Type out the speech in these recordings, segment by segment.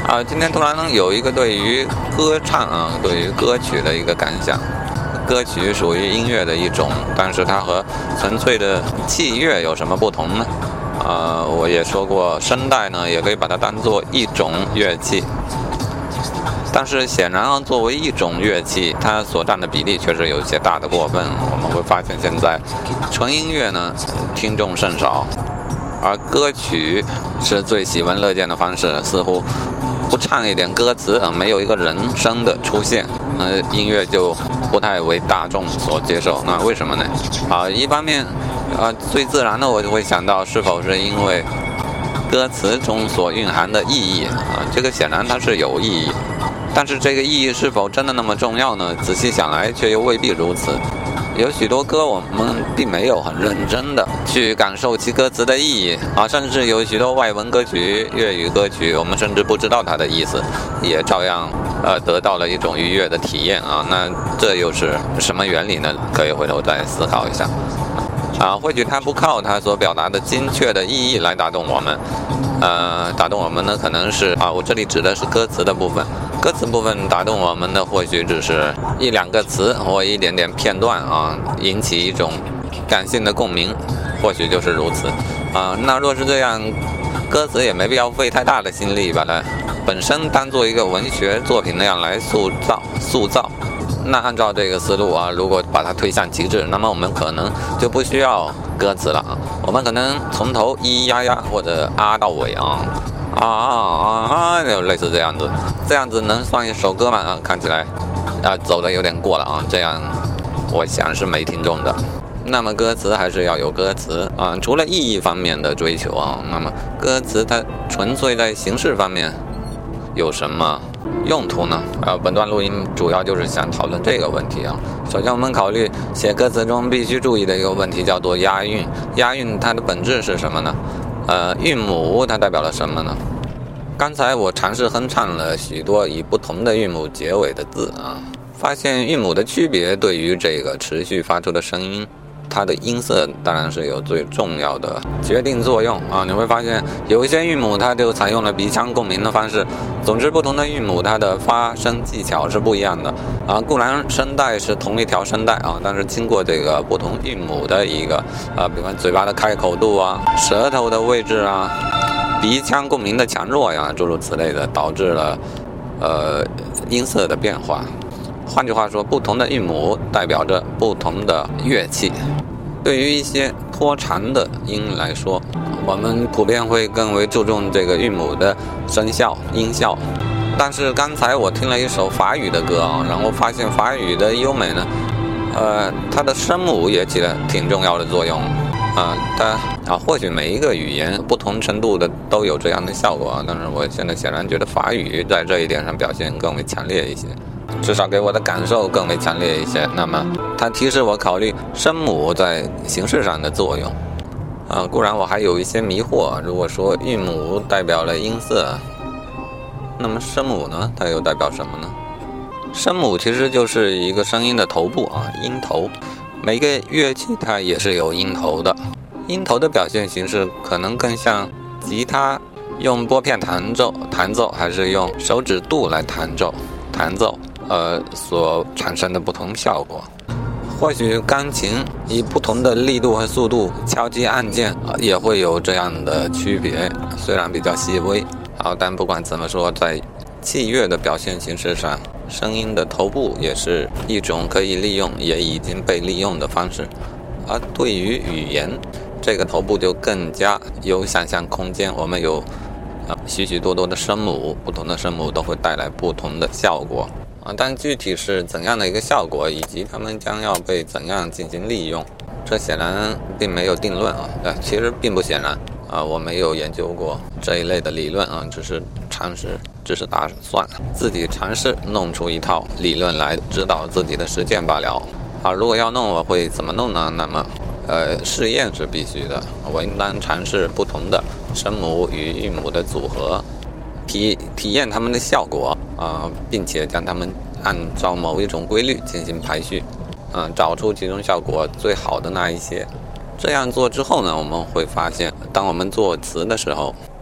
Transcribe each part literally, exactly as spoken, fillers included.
啊，今天突然有一个对于歌唱啊，对于歌曲的一个感想。歌曲属于音乐的一种，但是它和纯粹的器乐有什么不同呢？呃，我也说过，声带呢也可以把它当做一种乐器，但是显然啊，作为一种乐器，它所占的比例确实有些大的过分。我们会发现，现在纯音乐呢听众甚少，而歌曲是最喜闻乐见的方式，似乎不唱一点歌词啊，没有一个人声的出现，呃，音乐就不太为大众所接受。那为什么呢？啊，一方面，啊，最自然的我就会想到，是否是因为歌词中所蕴含的意义啊？这个显然它是有意义，但是这个意义是否真的那么重要呢？仔细想来，却又未必如此。有许多歌我们并没有很认真的去感受其歌词的意义啊，甚至有许多外文歌曲、粤语歌曲，我们甚至不知道它的意思，也照样呃得到了一种愉悦的体验啊。那这又是什么原理呢？可以回头再思考一下啊。或许它不靠它所表达的精确的意义来打动我们，呃，打动我们呢可能是啊，我这里指的是歌词的部分。歌词部分打动我们的或许只是一两个词或一点点片段啊，引起一种感性的共鸣，或许就是如此啊。那若是这样，歌词也没必要费太大的心力把它本身当做一个文学作品那样来塑造塑造。那按照这个思路啊，如果把它推向极致，那么我们可能就不需要歌词了啊，我们可能从头咿咿呀呀或者啊到尾啊。啊啊啊！就类似这样子，这样子能算一首歌吗？啊，看起来啊走的有点过了啊，这样我想是没听众的。那么歌词还是要有歌词啊，除了意义方面的追求啊，那么歌词它纯粹在形式方面有什么用途呢？啊，本段录音主要就是想讨论这个问题啊。首先我们考虑写歌词中必须注意的一个问题叫做押韵，押韵它的本质是什么呢？呃，韵母它代表了什么呢？刚才我尝试哼唱了许多以不同的韵母结尾的字啊，发现韵母的区别对于这个持续发出的声音，它的音色当然是有最重要的决定作用啊。你会发现有一些韵母它就采用了鼻腔共鸣的方式，总之不同的韵母它的发声技巧是不一样的啊。固然声带是同一条声带啊，但是经过这个不同韵母的一个啊，比方嘴巴的开口度啊、舌头的位置啊、鼻腔共鸣的强弱呀，诸如此类的，导致了呃音色的变化。换句话说，不同的韵母代表着不同的乐器。对于一些拖长的音来说，我们普遍会更为注重这个韵母的声效、音效。但是刚才我听了一首法语的歌啊，然后发现法语的优美呢，呃，它的声母也起了挺重要的作用。啊，它啊，或许每一个语言不同程度的都有这样的效果啊，但是我现在显然觉得法语在这一点上表现更为强烈一些，至少给我的感受更为强烈一些。那么它提示我考虑声母在形式上的作用。啊，固然我还有一些迷惑，如果说韵母代表了音色，那么声母呢，它又代表什么呢？声母其实就是一个声音的头部啊，音头。每个乐器它也是有音头的，音头的表现形式可能更像吉他用拨片弹奏弹奏，还是用手指肚来弹奏弹奏，呃，所产生的不同效果。或许钢琴以不同的力度和速度敲击按键，呃、也会有这样的区别，虽然比较细微啊，但不管怎么说，在器乐的表现形式上，声音的头部也是一种可以利用也已经被利用的方式。而对于语言，这个头部就更加有想象空间。我们有啊许许多多的声母，不同的声母都会带来不同的效果啊，但具体是怎样的一个效果，以及它们将要被怎样进行利用，这显然并没有定论啊。呃，其实并不显然啊，我没有研究过这一类的理论啊，只是尝试，只是打算自己尝试弄出一套理论来指导自己的实践罢了。啊，如果要弄，我会怎么弄呢？那么，呃，试验是必须的，我应当尝试不同的声母与韵母的组合，体体验它们的效果啊，并且将它们按照某一种规律进行排序，嗯，找出其中效果最好的那一些。这样做之后呢，我们会发现，当我们作词的时候，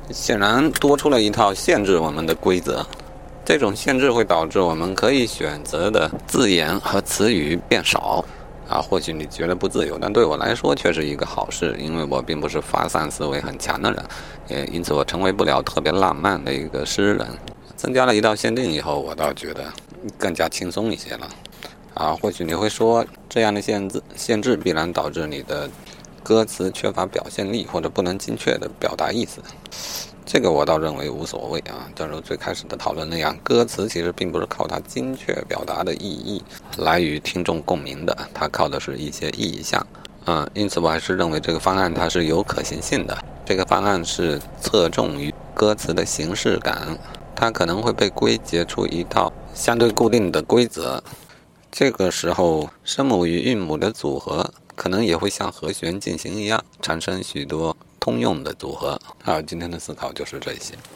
显然多出了一套限制我们的规则，这种限制会导致我们可以选择的字眼和词语变少。啊，或许你觉得不自由，但对我来说却是一个好事，因为我并不是发散思维很强的人，也因此我成为不了特别浪漫的一个诗人。增加了一道限定以后，我倒觉得更加轻松一些了。啊，或许你会说，这样的限制限制必然导致你的歌词缺乏表现力，或者不能精确地表达意思。这个我倒认为无所谓啊，正如最开始的讨论那样，歌词其实并不是靠它精确表达的意义来与听众共鸣的，它靠的是一些意象。嗯，因此我还是认为这个方案它是有可行性的。这个方案是侧重于歌词的形式感，它可能会被归结出一套相对固定的规则。这个时候，声母与韵母的组合可能也会像和弦进行一样，产生许多通用的组合。好，今天的思考就是这些。